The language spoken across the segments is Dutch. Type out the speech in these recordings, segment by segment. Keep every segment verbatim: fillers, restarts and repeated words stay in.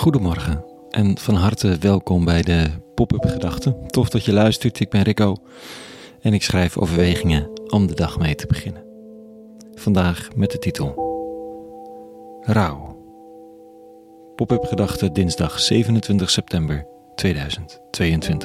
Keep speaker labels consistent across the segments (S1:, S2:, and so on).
S1: Goedemorgen en van harte welkom bij de Pop-up Gedachten. Tof dat je luistert, ik ben Rico en ik schrijf overwegingen om de dag mee te beginnen. Vandaag met de titel Rouw. Pop-up Gedachten dinsdag zevenentwintig september tweeduizend tweeëntwintig.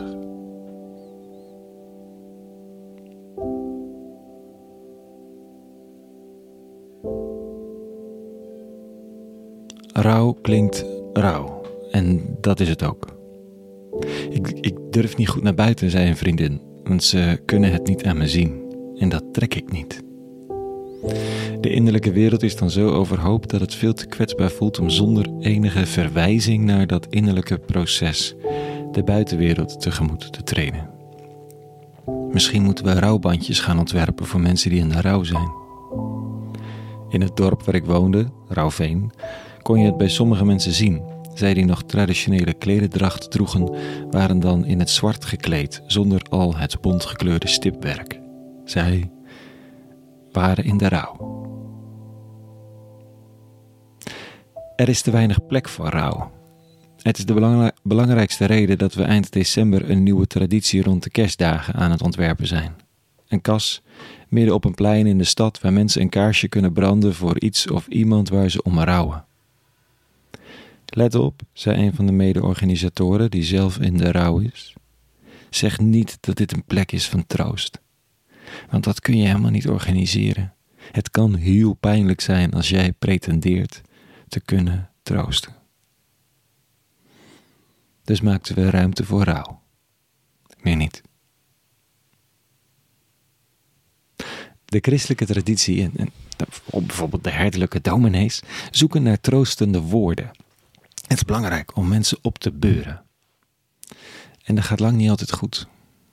S1: Rouw klinkt rauw. En dat is het ook. Ik, ik durf niet goed naar buiten, zei een vriendin, want ze kunnen het niet aan me zien. En dat trek ik niet. De innerlijke wereld is dan zo overhoop dat het veel te kwetsbaar voelt om zonder enige verwijzing naar dat innerlijke proces de buitenwereld tegemoet te treden. Misschien moeten we rouwbandjes gaan ontwerpen voor mensen die in de rouw zijn. In het dorp waar ik woonde, Rauwveen, kon je het bij sommige mensen zien. Zij die nog traditionele klederdracht droegen, waren dan in het zwart gekleed, zonder al het bontgekleurde stipwerk. Zij waren in de rouw. Er is te weinig plek voor rouw. Het is de belang- belangrijkste reden dat we eind december een nieuwe traditie rond de kerstdagen aan het ontwerpen zijn. Een kas, midden op een plein in de stad waar mensen een kaarsje kunnen branden voor iets of iemand waar ze om rouwen. Let op, zei een van de mede-organisatoren die zelf in de rouw is. Zeg niet dat dit een plek is van troost. Want dat kun je helemaal niet organiseren. Het kan heel pijnlijk zijn als jij pretendeert te kunnen troosten. Dus maakten we ruimte voor rouw. Meer niet. De christelijke traditie en, en bijvoorbeeld de herderlijke dominees zoeken naar troostende woorden. Het is belangrijk om mensen op te beuren. En dat gaat lang niet altijd goed.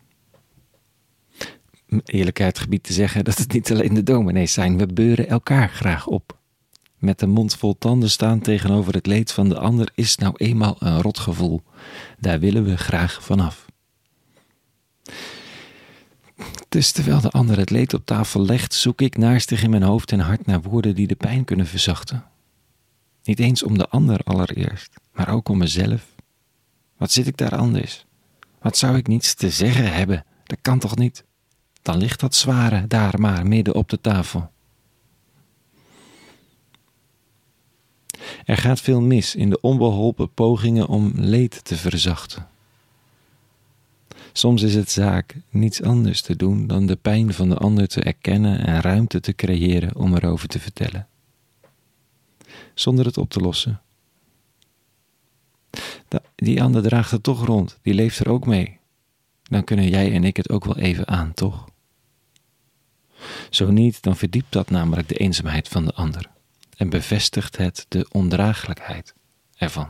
S1: Eerlijkheid gebied te zeggen dat het niet alleen de dominees zijn. We beuren elkaar graag op. Met een mond vol tanden staan tegenover het leed van de ander is nou eenmaal een rotgevoel. Daar willen we graag vanaf. Dus terwijl de ander het leed op tafel legt, zoek ik naarstig in mijn hoofd en hart naar woorden die de pijn kunnen verzachten. Niet eens om de ander allereerst, maar ook om mezelf. Wat zit ik daar anders? Wat zou ik niets te zeggen hebben? Dat kan toch niet? Dan ligt dat zware daar maar midden op de tafel. Er gaat veel mis in de onbeholpen pogingen om leed te verzachten. Soms is het zaak niets anders te doen dan de pijn van de ander te erkennen en ruimte te creëren om erover te vertellen. Zonder het op te lossen. Die ander draagt het toch rond, die leeft er ook mee. Dan kunnen jij en ik het ook wel even aan, toch? Zo niet, dan verdiept dat namelijk de eenzaamheid van de ander en bevestigt het de ondraaglijkheid ervan.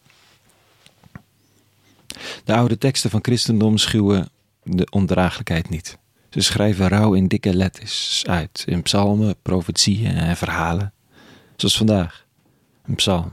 S1: De oude teksten van christendom schuwen de ondraaglijkheid niet. Ze schrijven rouw in dikke letters uit, in psalmen, profetieën en verhalen. Zoals vandaag, een psalm.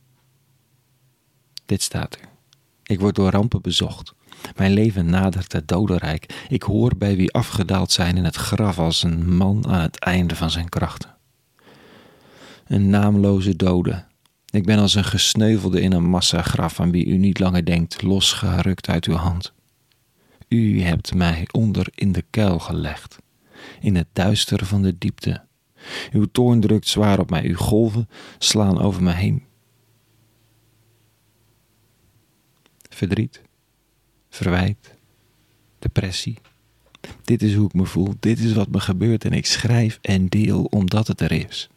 S1: Dit staat er. Ik word door rampen bezocht. Mijn leven nadert het dodenrijk. Ik hoor bij wie afgedaald zijn in het graf als een man aan het einde van zijn krachten. Een naamloze dode. Ik ben als een gesneuvelde in een massagraf aan wie u niet langer denkt, losgerukt uit uw hand. U hebt mij onder in de kuil gelegd, in het duister van de diepte. Uw toorn drukt zwaar op mij, uw golven slaan over mij heen. Verdriet, verwijt, depressie. Dit is hoe ik me voel, dit is wat me gebeurt en ik schrijf en deel omdat het er is.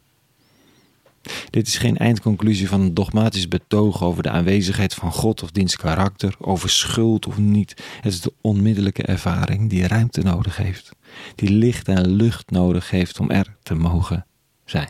S1: Dit is geen eindconclusie van een dogmatisch betoog over de aanwezigheid van God of diens karakter, over schuld of niet. Het is de onmiddellijke ervaring die ruimte nodig heeft, die licht en lucht nodig heeft om er te mogen zijn.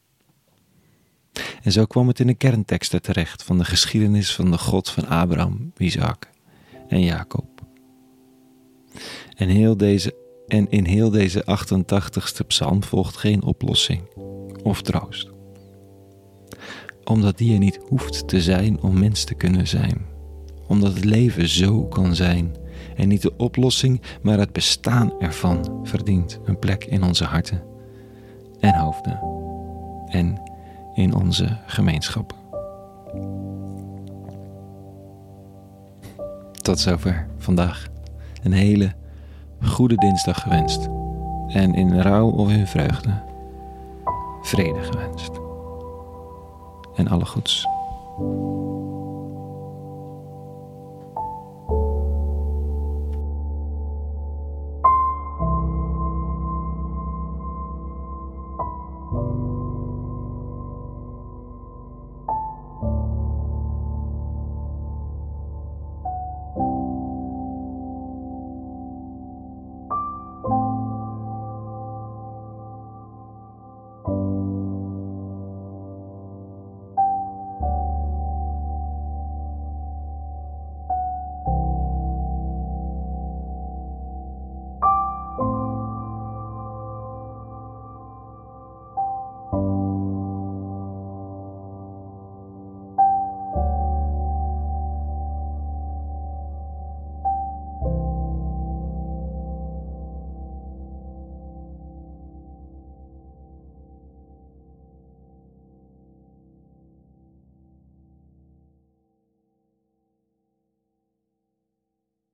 S1: En zo kwam het in de kernteksten terecht van de geschiedenis van de God van Abraham, Isaac en Jacob. En, heel deze, en in heel deze achtentachtigste psalm volgt geen oplossing of troost. Omdat die er niet hoeft te zijn om mens te kunnen zijn. Omdat het leven zo kan zijn. En niet de oplossing, maar het bestaan ervan verdient een plek in onze harten en hoofden. En in onze gemeenschappen. tot zover vandaag. Een hele goede dinsdag gewenst. En in rouw of in vreugde, vrede gewenst. En alle goeds.